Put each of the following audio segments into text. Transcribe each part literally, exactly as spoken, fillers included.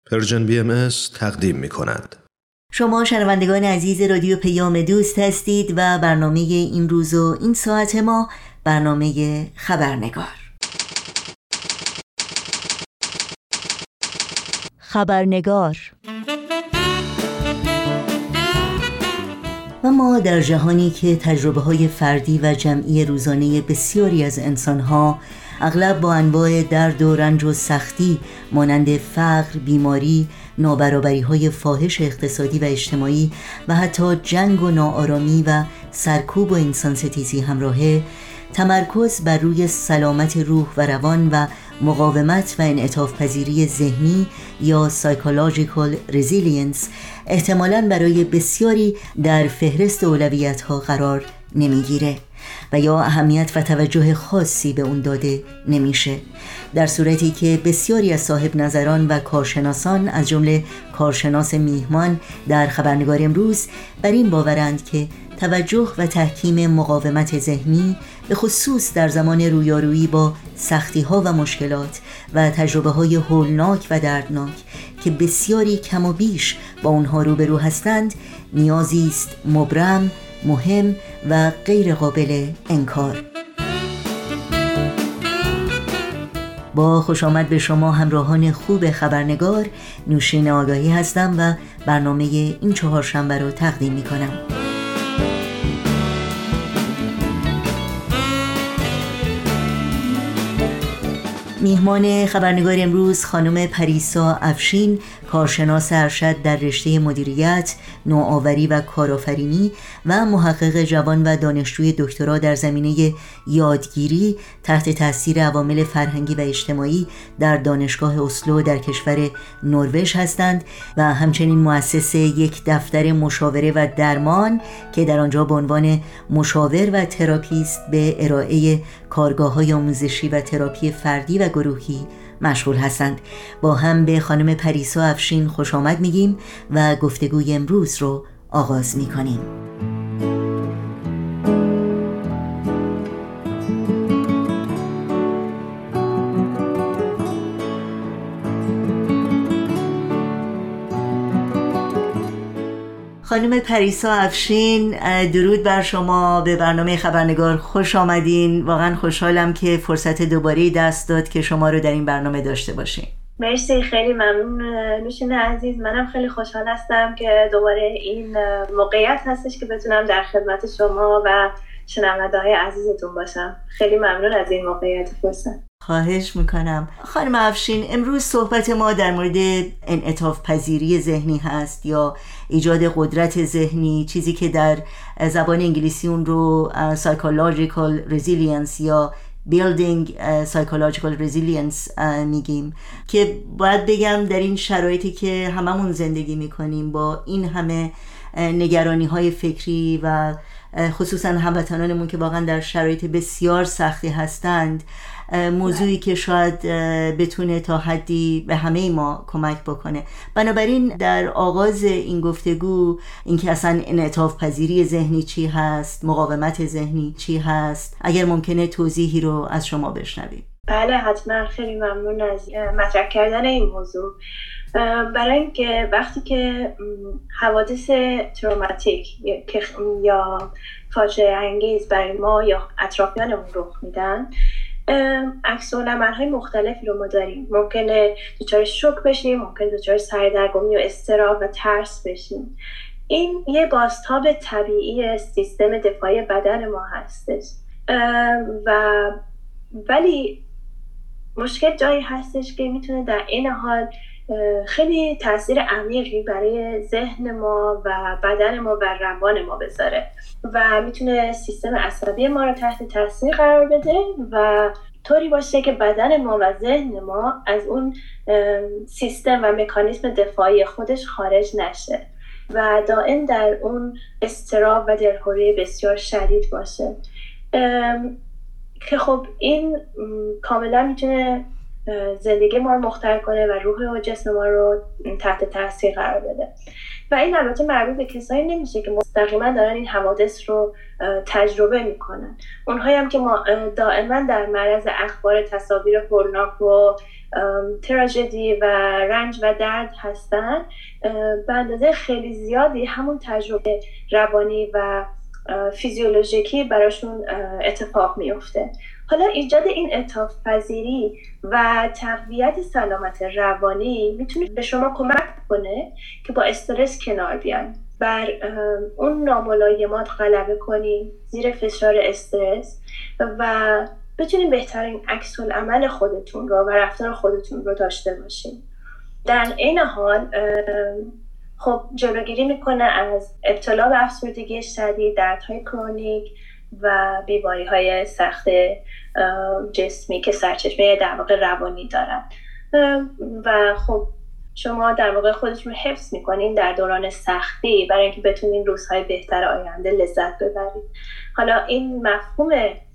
پرژن بی ام اس تقدیم می کند. شما شنوندگان عزیز رادیو پیام دوست هستید و برنامه این روز و این ساعت ما برنامه خبرنگار. خبرنگار و ما در جهانی که تجربه های فردی و جمعی روزانه بسیاری از انسانها اغلب با انواع درد و رنج و سختی مانند فقر، بیماری، نابرابری های فاحش اقتصادی و اجتماعی و حتی جنگ و ناآرامی و سرکوب و انسانستیزی همراهه، تمرکز بر روی سلامت روح و روان و مقاومت و انعطاف پذیری ذهنی یا Psychological Resilience احتمالاً برای بسیاری در فهرست اولویت ها قرار نمیگیره و یا اهمیت و توجه خاصی به اون داده نمیشه، در صورتی که بسیاری از صاحب نظران و کارشناسان از جمله کارشناس میهمان در خبرنگار امروز بر این باورند که توجه و تحکیم مقاومت ذهنی به خصوص در زمان رویارویی با سختی ها و مشکلات و تجربه های هولناک و دردناک که بسیاری کم و بیش با اونها روبرو هستند نیازی است مبرم، مهم و غیر قابل انکار. با خوش آمد به شما همراهان خوب خبرنگار، نوشین آگاهی هستم و برنامه این چهارشنبه رو تقدیم می کنم. میهمان خبرنگار امروز خانم پریسا افشین، کارشناس ارشد در رشته مدیریت، نوآوری و کارآفرینی و محقق جوان و دانشجوی دکترا در زمینه یادگیری تحت تاثیر عوامل فرهنگی و اجتماعی در دانشگاه اسلو در کشور نروژ هستند و همچنین مؤسس یک دفتر مشاوره و درمان که در آنجا به عنوان مشاور و تراپیست به ارائه کارگاه‌های آموزشی و تراپی فردی و گروهی مشغول هستند. با هم به خانم پریسا افشین خوش آمد میگیم و گفتگوی امروز رو آغاز میکنیم. خانم پریسا افشین، درود بر شما، به برنامه خبرنگار خوش آمدین. واقعا خوشحالم که فرصت دوباره دست داد که شما رو در این برنامه داشته باشیم. مرسی، خیلی ممنون نوشین عزیز. منم خیلی خوشحال هستم که دوباره این موقعیت هستش که بتونم در خدمت شما و شنونده‌های عزیزتون باشم. خیلی ممنون از این موقعیت فرصت. خواهش میکنم. خانم افشین، امروز صحبت ما در مورد انعطاف پذیری ذهنی هست یا ایجاد قدرت ذهنی، چیزی که در زبان انگلیسی اون رو Psychological Resilience یا Building Psychological Resilience میگیم، که باید بگم در این شرایطی که هممون زندگی میکنیم با این همه نگرانی های فکری و خصوصا هموطنانمون که واقعا در شرایط بسیار سختی هستند، موضوعی که شاید بتونه تا حدی به همه ما کمک بکنه. بنابراین در آغاز این گفتگو اینکه اصلا انعطاف پذیری ذهنی چی هست، مقاومت ذهنی چی هست، اگر ممکنه توضیحی رو از شما بشنویم. بله حتما، خیلی ممنون از مطرح کردن این موضوع. برای اینکه وقتی که حوادث تروماتیک یا فاجعه انگیز برای ما یا اطرافیانمون رخ میدن، عکس‌العمل‌های مختلفی رو ما داریم. ممکنه دچار شوک بشیم، ممکنه دچار سردرگمی و اضطراب و ترس بشیم. این یه بازتاب طبیعی سیستم دفاعی بدن ما هستش و ولی مشکل جایی هستش که میتونه در این حال خیلی تاثیر عمیقی برای ذهن ما و بدن ما و روان ما بذاره و میتونه سیستم عصبی ما رو تحت تاثیر قرار بده و طوری باشه که بدن ما و ذهن ما از اون سیستم و مکانیزم دفاعی خودش خارج نشه و دائم در اون اضطراب و دلهوره بسیار شدید باشه که خب این کاملا میتونه زندگی ما رو مختل کنه و روح و جسم ما رو تحت تاثیر قرار بده. و این البته مربوط به کسایی نمیشه که مستقیما دارن این حوادث رو تجربه میکنن. اونهایی هم که ما دائما در معرض اخبار تصاویر هولناک و تراژدی و رنج و درد هستن، به اندازه خیلی زیادی همون تجربه روانی و فیزیولوژیکی براشون اتفاق میفته. حالا ایجاد این انعطاف پذیری و تقویت سلامت روانی میتونه به شما کمک کنه که با استرس کنار بیاین، بر اون ناملایمات غلبه کنین زیر فشار استرس و بتونین بهترین عکس العمل خودتون رو و رفتار خودتون رو داشته باشین. در این حال خب جلوگیری میکنه از ابتلا به افسردگی شدید، دردهای کرونیک و بیماری‌های سخت جسمی که سرچشمه در واقع روانی دارن و خب شما در واقع خودتون رو حفظ میکنین در دوران سختی برای اینکه بتونین روزهای بهتر آینده لذت ببرید. حالا این مفهوم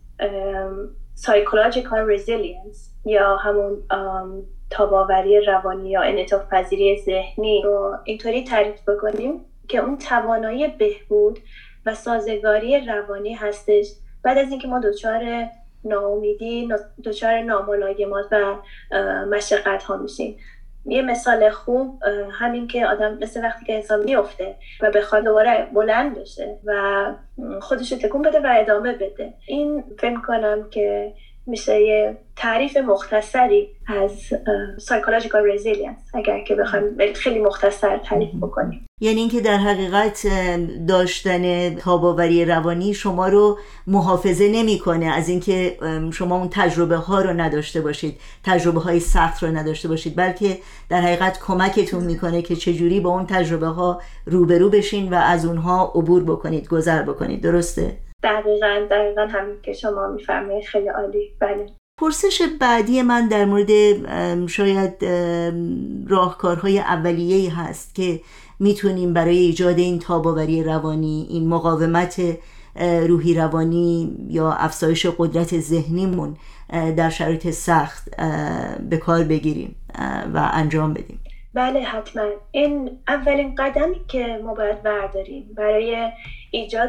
psychological resilience یا همون تاباوری روانی یا انعطاف پذیری ذهنی رو اینطوری تعریف بکنیم که اون توانایی بهبود و سازگاری روانی هستش بعد از اینکه ما دچار ناامیدی، دچار ناملایمات و مشقت ها میشیم. یه مثال خوب همین که آدم مثل وقتی که انسان میفته و بخواد دوباره بلند بشه و خودش رو تکون بده و ادامه بده. این فکر کنم که میشه یه تعریف مختصری از psychological resilience اگر که بخوایم خیلی مختصر تعریف بکنیم. یعنی اینکه در حقیقت داشتن تاباوری روانی شما رو محافظه نمی‌کنه از اینکه شما اون تجربه ها رو نداشته باشید، تجربه های سخت رو نداشته باشید، بلکه در حقیقت کمکتون میکنه که چجوری با اون تجربه ها روبرو بشین و از اونها عبور بکنید، گذر بکنید. درسته؟ دقیقاً دقیقاً همین که شما میفرمایید. خیلی عالی. بله. پرسش بعدی من در مورد شاید راهکارهای اولیه‌ای هست که میتونیم برای ایجاد این تاباوری روانی، این مقاومت روحی روانی یا افزایش قدرت ذهنیمون در شرایط سخت به کار بگیریم و انجام بدیم. بله حتما. این اولین قدمی که ما باید برداریم برای ایجاد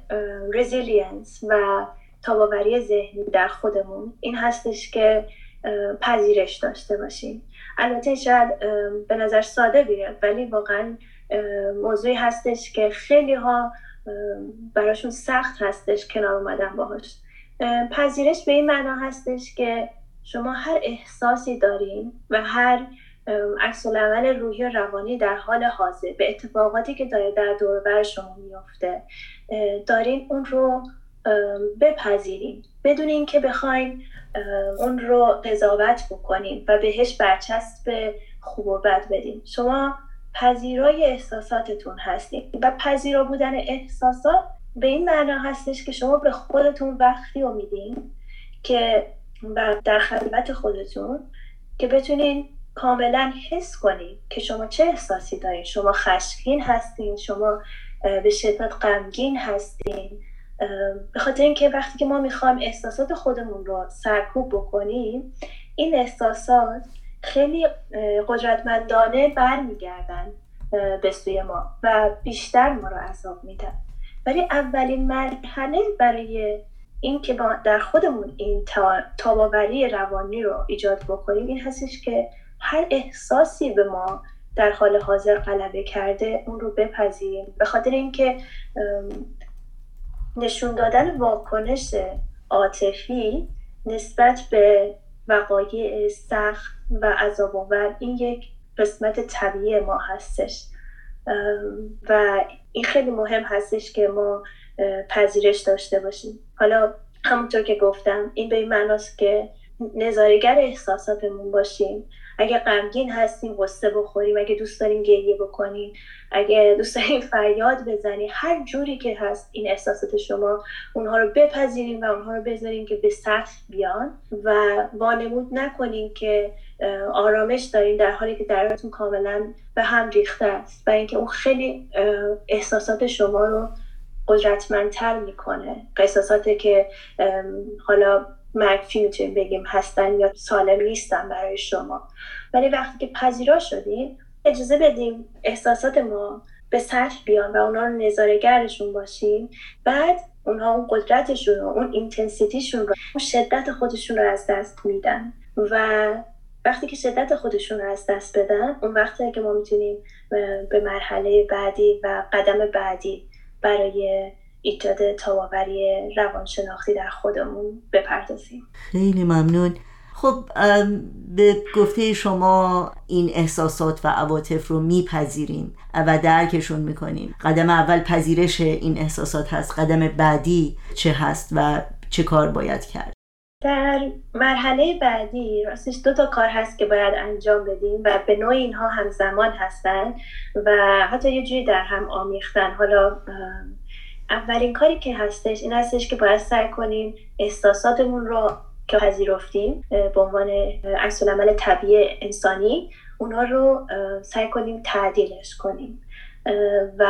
رزیلینس و تاباوری ذهنی در خودمون این هستش که پذیرش داشته باشیم. البته شاید به نظر ساده بیاد ولی واقعا موضوعی هستش که خیلی ها براشون سخت هستش کنار اومدن باهاش. پذیرش به این معنا هستش که شما هر احساسی دارین و هر عکس العمل روحی و روانی در حال حاضر به اتفاقاتی که داره در دور و بر شما میفته دارین اون رو بپذیرین بدون اینکه بخواین اون رو قضاوت بکنین و بهش برچسب خوب و بد بدین. شما پذیرای احساساتتون هستین و پذیرا بودن احساسات به این معنا هستش که شما به خودتون وقتی رو میدین که در خلوت خودتون که بتونین کاملا حس کنین که شما چه احساسی دارین. شما خشمگین هستین، شما به شدت غمگین هستین، به خاطر اینکه وقتی که ما میخوایم احساسات خودمون رو سرکوب بکنیم این احساسات خیلی قدرتمندانه برمیگردن به سوی ما و بیشتر ما رو عذاب میدن. ولی اولین مرحله برای این که ما در خودمون این تاباوری روانی رو ایجاد بکنیم این هستش که هر احساسی به ما در حال حاضر غلبه کرده اون رو بپذیریم، به خاطر اینکه نشون دادن واکنش عاطفی نسبت به وقایع سخت و عذاب‌آور این یک قسمت طبیعی ما هستش و این خیلی مهم هستش که ما پذیرش داشته باشیم. حالا همونطور که گفتم این به این معناست که نظاره‌گر احساساتمون باشیم. اگه غمگین هستیم قصه بخوریم، اگه دوست داریم گریه بکنیم، اگه دوست داریم فریاد بزنیم، هر جوری که هست این احساسات شما اونها رو بپذیریم و اونها رو بذاریم که به سطح بیان و وانمود نکنیم که آرامش داریم در حالی که درونتون کاملا به هم ریخته است و اینکه اون خیلی احساسات شما رو قدرتمندتر میکنه. احساساتی که حالا منفی میتونیم بگیم هستن یا سالم نیستن برای شما، ولی وقتی که پذیرا شدیم اجازه بدیم احساسات ما به سطح بیان و اونا رو نظاره‌گرشون باشیم، بعد اونها اون قدرتشون رو، اون اینتنسیتیشون رو، اون شدت خودشون رو از دست میدن و وقتی که شدت خودشون رو از دست بدن، اون وقته که ما میتونیم به مرحله بعدی و قدم بعدی برای ایجاد تاب‌آوری روانشناختی در خودمون بپردازیم. خیلی ممنون. خب به گفته شما این احساسات و عواطف رو میپذیریم و درکشون میکنیم. قدم اول پذیرش این احساسات هست. قدم بعدی چه هست و چه کار باید کرد؟ در مرحله بعدی راستش دو تا کار هست که باید انجام بدیم و به نوع اینها همزمان هستن و حتی یه جوری در هم آمیختن. حالا اولین کاری که هستش این هستش که باید سعی کنیم احساساتمون رو که پذیرفتیم به عنوان عکس‌العمل طبیعی انسانی، اونا رو سعی کنیم تعدیلش کنیم و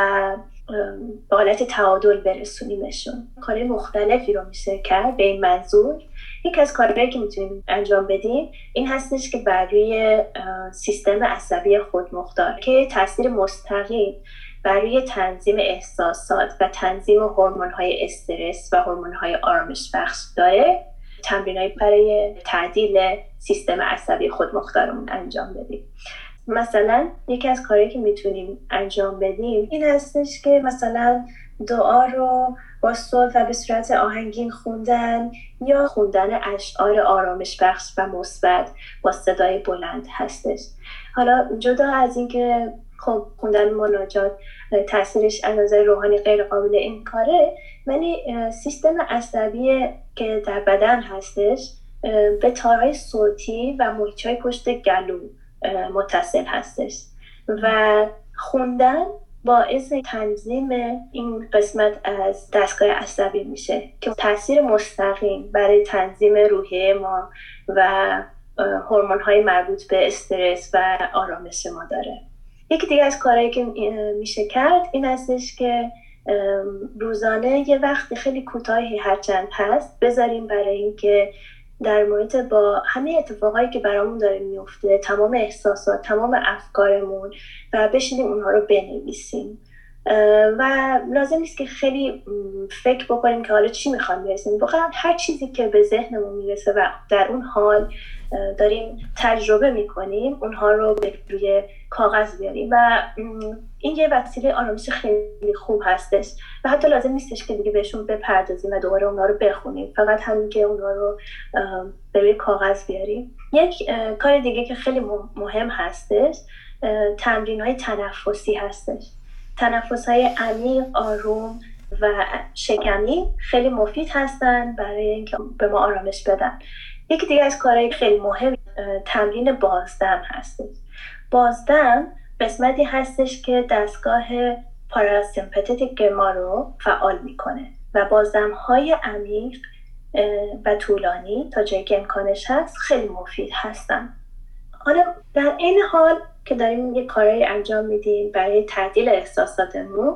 به حالت تعادل برسونیمشون. کارهای مختلفی رو میشه کرد به این منظور. یک از کارهایی که میتونیم انجام بدیم این هستش که بر روی سیستم عصبی خودمختار که تاثیر مستقیم بر روی تنظیم احساسات و تنظیم هورمون‌های استرس و هورمون‌های آرامش بخش داره، تمرینایی برای تعدیل سیستم عصبی خودمختارمون انجام بدیم. مثلا یکی از کارهایی که میتونیم انجام بدیم این هستش که مثلا دعا رو با صوت و به صورت آهنگین خوندن یا خوندن اشعار آرامش بخش و مثبت با صدای بلند هستش. حالا جدا از این که خب خوندن مناجات تاثیرش از نظر روحانی غیر قابل انکاره، ولی سیستم عصبی که در بدن هستش به تارهای صوتی و محیط‌های پشت گلو متصل هستش و خوندن باعث تنظیم این قسمت از دستگاه عصبی میشه که تاثیر مستقیم برای تنظیم روحیه ما و هورمون‌های مربوط به استرس و آرامش ما داره. یکی دیگه از کارهایی که میشه کرد این هستش که روزانه یه وقت خیلی کوتاهی هرچند هست بذاریم برای اینکه در محیط با همه اتفاقایی که برامون داره میفته، تمام احساسات، تمام افکارمون و بشینیم اونها رو بنویسیم و لازم نیست که خیلی فکر بکنیم که حالا چی میخوام برسیم. واقعا هر چیزی که به ذهنمون میرسه و در اون حال داریم تجربه میکنیم اونها رو به روی کاغذ بیاریم و این یه وسیله آرامش خیلی خوب هستش و حتی لازم نیستش که دیگه بهشون بپردازیم و دوباره اونها رو بخونیم، فقط همین که اونها رو به روی کاغذ بیاریم. یک کار دیگه که خیلی مهم هستش تمرین‌های تنفسی هستش. تنفس‌های عمیق، آروم و شکمی خیلی مفید هستن برای اینکه به ما آرامش بدن. یکی دیگه از کارهای خیلی مهم تمرین بازدم هستش. بازدم قسمتی هستش که دستگاه پاراسیمپاتیک ما رو فعال میکنه و بازدم‌های عمیق و طولانی تا جایی که امکانش هست خیلی مفید هستن. حالا در این حال که داریم یه کارایی انجام میدیم برای تعدیل احساساتمون،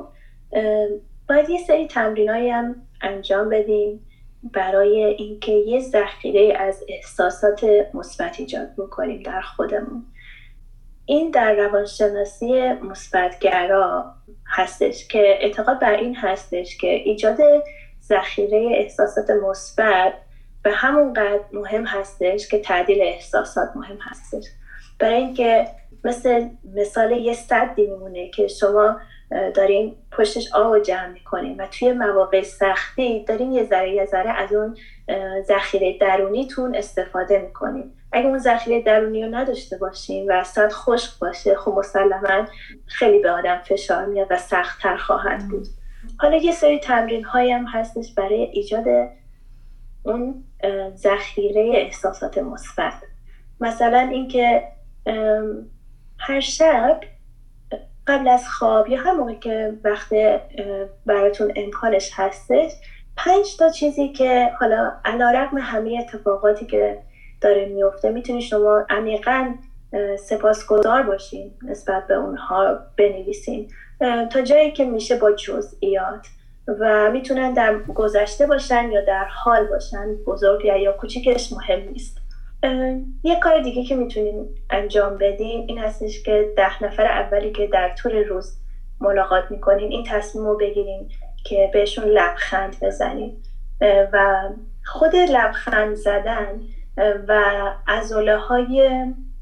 باید یه سری تمرینایی هم انجام بدیم برای اینکه یه ذخیره از احساسات مثبت ایجاد بکنیم در خودمون. این در روانشناسی مثبت‌گرا هستش که اعتقاد بر این هستش که ایجاد ذخیره احساسات مثبت به همونقدر مهم هستش که تعدیل احساسات مهم هستش. برای اینکه مثل مثال یه سدی میمونه که شما دارین پشتش آب جمع میکنین و توی مواقع سختی دارین یه ذره یه ذره از اون ذخیره درونیتون استفاده میکنین. اگه اون ذخیره درونی رو نداشته باشین و سد خشک باشه، خب مسلماً خیلی به آدم فشار میاد و سخت‌تر خواهد بود. حالا یه سری تمرین هایی هم هستش برای ایجاد اون ذخیره احساسات مثبت. مثلا اینکه هر شب قبل از خواب یا هر موقع که وقت براتون امکانش هستش، پنج تا چیزی که حالا علیرغم همه اتفاقاتی که داره میفته میتونی شما عمیقاً سپاسگزار باشین نسبت به اونها بنویسین تا جایی که میشه با جزئیات و میتونن در گذشته باشن یا در حال باشن، بزرگ یا کوچیکش مهم نیست. یک کار دیگه که میتونین انجام بدین این هستش که ده نفر اولی که در طول روز ملاقات میکنین این تصمیم رو بگیرین که بهشون لبخند بزنین و خود لبخند زدن و عضله های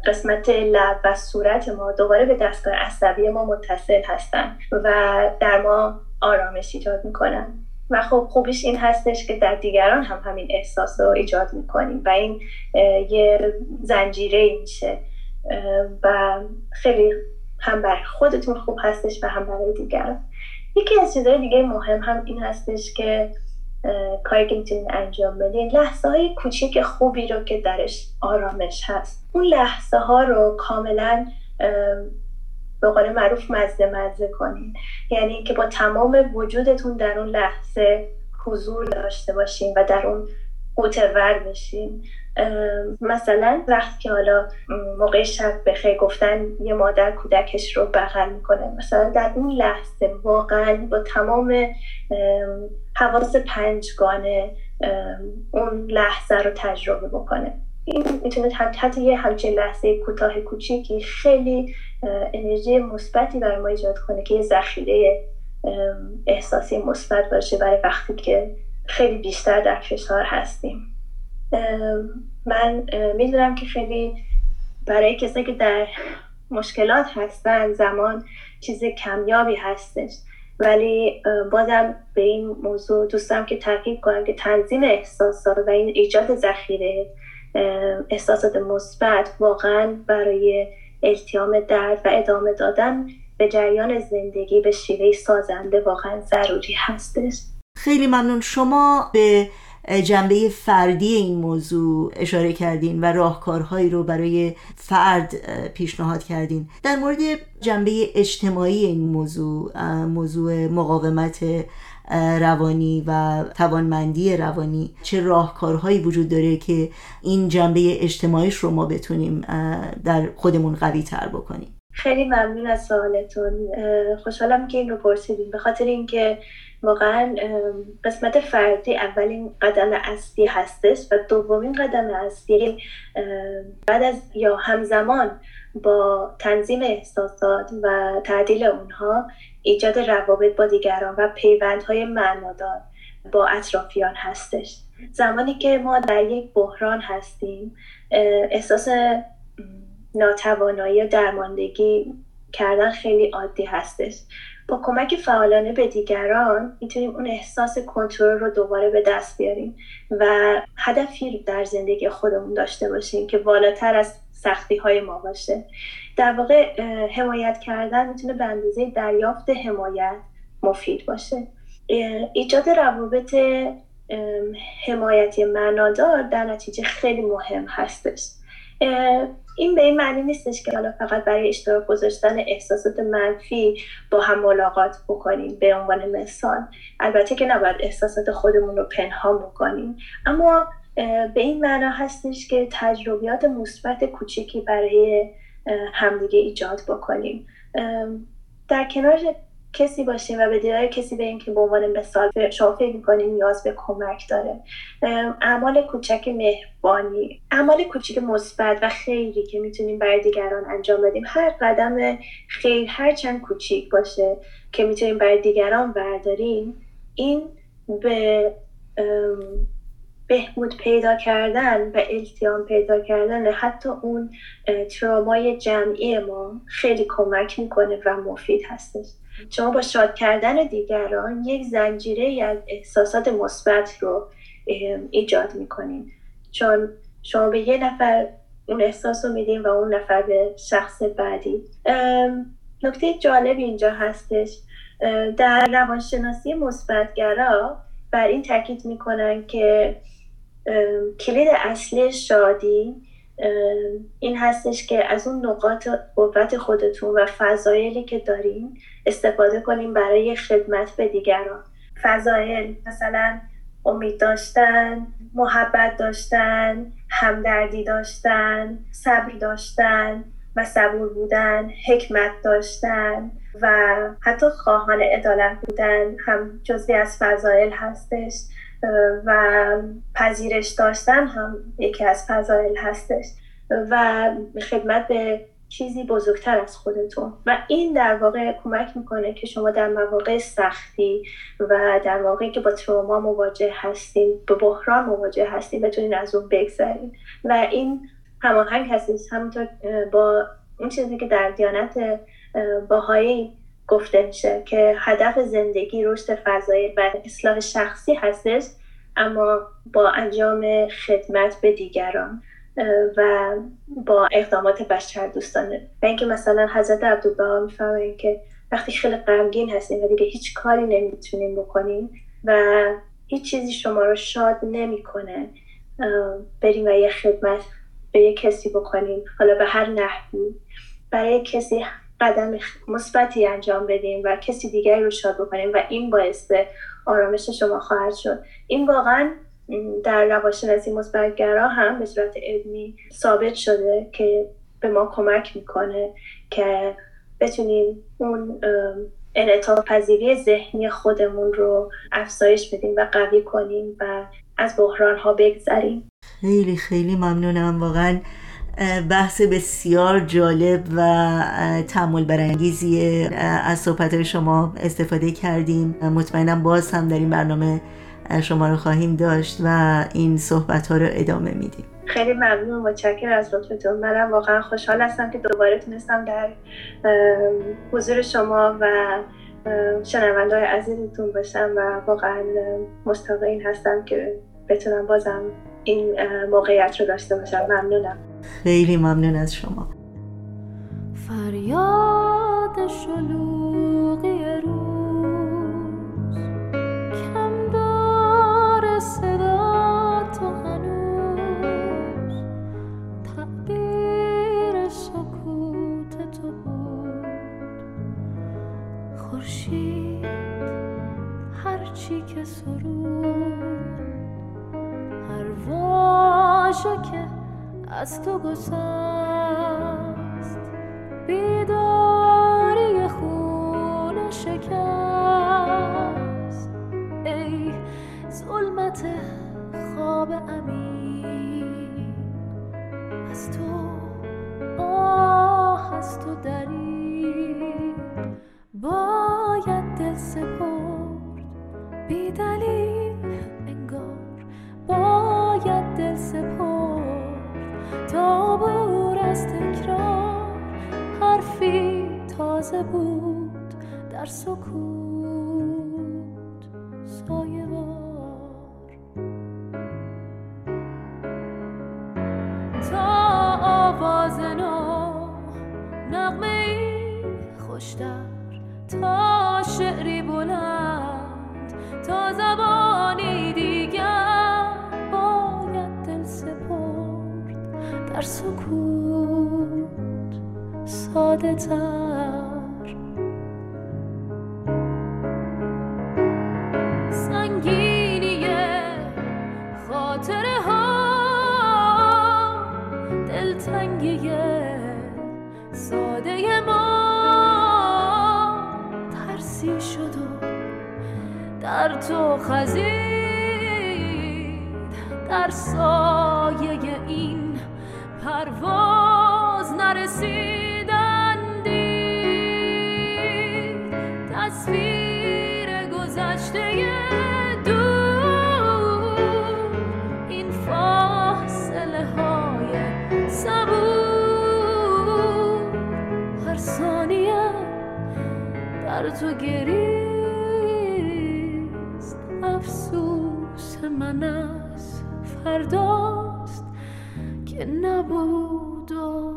قسمت لب و صورت ما دوباره به دستگاه عصبی ما متصل هستن و در ما آرامش ایجاد میکنن. و خب خوبیش این هستش که در دیگران هم همین احساس رو ایجاد میکنیم و این یه زنجیره میشه و خیلی هم برای خودتون خوب هستش و هم برای دیگران. یکی از چیزهای دیگه مهم هم این هستش که کاری که میتونین انجام بدین، لحظه های کوچیک خوبی رو که درش آرامش هست، اون لحظه ها رو کاملا به قول معروف مزه مزه کنین. یعنی که با تمام وجودتون در اون لحظه حضور داشته باشین و در اون غوطه‌ور بشین. مثلا وقتی که حالا موقع شب بخیر گفتن یه مادر کودکش رو بغل میکنه، مثلا در اون لحظه واقعا با تمام حواس پنجگانه اون لحظه رو تجربه بکنه. این میتونه حتی یه همچین لحظه کوتاه کوچیکی خیلی انرژی مثبتی برای ما ایجاد کنه که یه ذخیره احساسی مثبت باشه برای وقتی که خیلی بیشتر در فشار هستیم. من میدونم که خیلی برای کسایی که در مشکلات هستن زمان چیز کمیابی هستش، ولی بازم به این موضوع دوستم که تاکید کنم که تنظیم احساسات و این ایجاد ذخیره احساسات مثبت واقعا برای التیام درد و ادامه دادن به جریان زندگی به شیوه سازنده واقعا ضروری هستش. خیلی ممنون. شما به جنبه فردی این موضوع اشاره کردین و راهکارهایی رو برای فرد پیشنهاد کردین. در مورد جنبه اجتماعی این موضوع، موضوع مقاومت روانی و توانمندی روانی، چه راهکارهایی وجود داره که این جنبه اجتماعیش رو ما بتونیم در خودمون قوی تر بکنیم؟ خیلی ممنون از سوالتون. خوشحالم که این رو پرسیدین، به خاطر اینکه واقعا قسمت فردی اولین قدم اصلی هستش و دومین قدم اصلی بعد از یا همزمان با تنظیم احساسات و تعدیل اونها ایجاد روابط با دیگران و پیوندهای معنادار با اطرافیان هستش. زمانی که ما در یک بحران هستیم، احساس ناتوانایی و درماندگی کردن خیلی عادی هستش. با کمک فعالانه به دیگران میتونیم اون احساس کنترل رو دوباره به دست بیاریم و هدفی در زندگی خودمون داشته باشیم که بالاتر از سختی های ما باشه. در واقع حمایت کردن میتونه به اندازه دریافت حمایت مفید باشه. ایجاد روابط حمایتی معنادار در نتیجه خیلی مهم هستش. این به این معنی نیستش که حالا فقط برای اشتراک گذاشتن احساسات منفی با هم ملاقات بکنیم. به عنوان مثال، البته که نباید احساسات خودمون رو پنهان بکنیم، اما به این معنا هستش که تجربیات مثبت کوچیکی برای همدیگه ایجاد بکنیم. در کنار کسی باشیم و به دیدار کسی بریم که به عنوان مثال شما فکر می‌کنید نیاز به کمک داره. اعمال کوچک مهربانی، اعمال کوچک مثبت و خیری که میتونیم برای دیگران انجام بدیم، هر قدم خیر هر چند کوچیک باشه که میتونیم برای دیگران برداریم، این به بهبود پیدا کردن و التیام پیدا کردن حتی اون ترومای جمعی ما خیلی کمک میکنه و مفید هستش. شما با شاد کردن دیگران یک زنجیره از احساسات مثبت رو ایجاد میکنین، چون شما به یه نفر اون احساس رو میدین و اون نفر به شخص بعدی. نکته جالب اینجا هستش، در روانشناسی مثبت‌گرا بر این تاکید میکنن که کلید اصلی شادی این هستش که از اون نقاط قوت خودتون و فضایلی که دارین استفاده کنین برای خدمت به دیگران. فضایل مثلا امید داشتن، محبت داشتن، همدردی داشتن، صبر داشتن و صبور بودن، حکمت داشتن و حتی خواهان عدالت بودن هم جزئی از فضایل هستش و پذیرش داشتن هم یکی از فضایل هستش و خدمت به چیزی بزرگتر از خودتون. و این در واقع کمک میکنه که شما در مواقع سختی و در واقعی که با تروما مواجه هستین، به بحران مواجه هستین، بتونین از اون بگذرین و این هماهنگ هستید، همونطور با اون چیزی که در دیانت باهایی گفته میشه که هدف زندگی رشد فضایی و اصلاح شخصی هستش، اما با انجام خدمت به دیگران و با اقدامات بشر دوستانه. و اینکه مثلا حضرت عبدالبها میفرمایند که وقتی خیلی غمگین هستیم و دیگه هیچ کاری نمیتونیم بکنیم و هیچ چیزی شما رو شاد نمیکنه، بریم و یه خدمت به یه کسی بکنیم، حالا به هر نحوی برای کسی قدم مثبتی انجام بدیم و کسی دیگری رو شاد بکنیم و این باعث به آرامش شما خواهد شد. این واقعا در روانشناسی مثبت‌گرا هم به صورت علمی ثابت شده که به ما کمک میکنه که بتونیم اون انعطاف پذیری ذهنی خودمون رو افزایش بدیم و قوی کنیم و از بحران ها بگذریم. خیلی خیلی ممنونم، واقعا بحث بسیار جالب و تأمل برانگیزی. از صحبت‌های شما استفاده کردیم، مطمئنم باز هم در این برنامه شما رو خواهیم داشت و این صحبت‌ها رو ادامه میدیم. خیلی ممنون، متشکرم از لطفتون. منم واقعا خوشحال هستم که دوباره تونستم در حضور شما و شنونده‌های عزیزتون باشم و واقعا مشتاق این هستم که بتونم بازم این موقعیت رو داشته باشم. ممنونم. خیلی ممنون از شما. فریاد شلوغی روز کم داره صدا تو هنوز، تعبیر سکوت تو بود خورشید هرچی که سرود، هر واژه که از تو گسست بیداری خون شکست. ای ظلمت خواب عمیق، از تو آه از تو دریغ، باید دل سپرد بی دلیل انگار، باید دل سپرد تا عبور از تکرار. حرفی تازه بود در سکوت سایه وار، تا آواز نو نغمه ای خوشتر، تا شعری بلند، تا زبانی دیگر، باید دل سپرد در سکوت ساده تر. سنگینی خاطره ها، دلتنگی ساده ما، ترسی شد و در تو خزید، در سایه این پرواز نرسیدندی. تصویر گذشته دور، این فاصله های صبور، هر ثانیه در تو گریست. افسوس من از فرداست که نبود و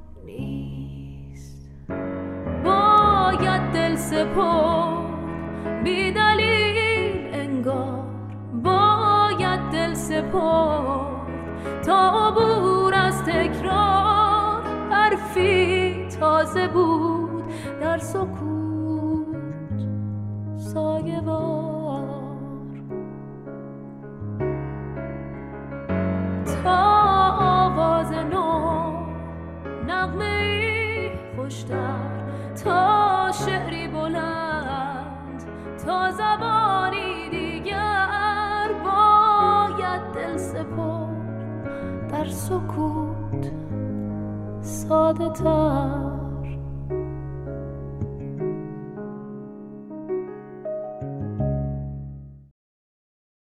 نیست. باید دل سپرد بی دلیل انگار، باید دل سپرد تا عبور از تکرار. حرفی تازه بود در سکوت سایه وار، تا آواز نو نغمه ای خوشتر، تا شعری بلند، تا زبانی دیگر، باید دل سپرد در سکوت ساده تر.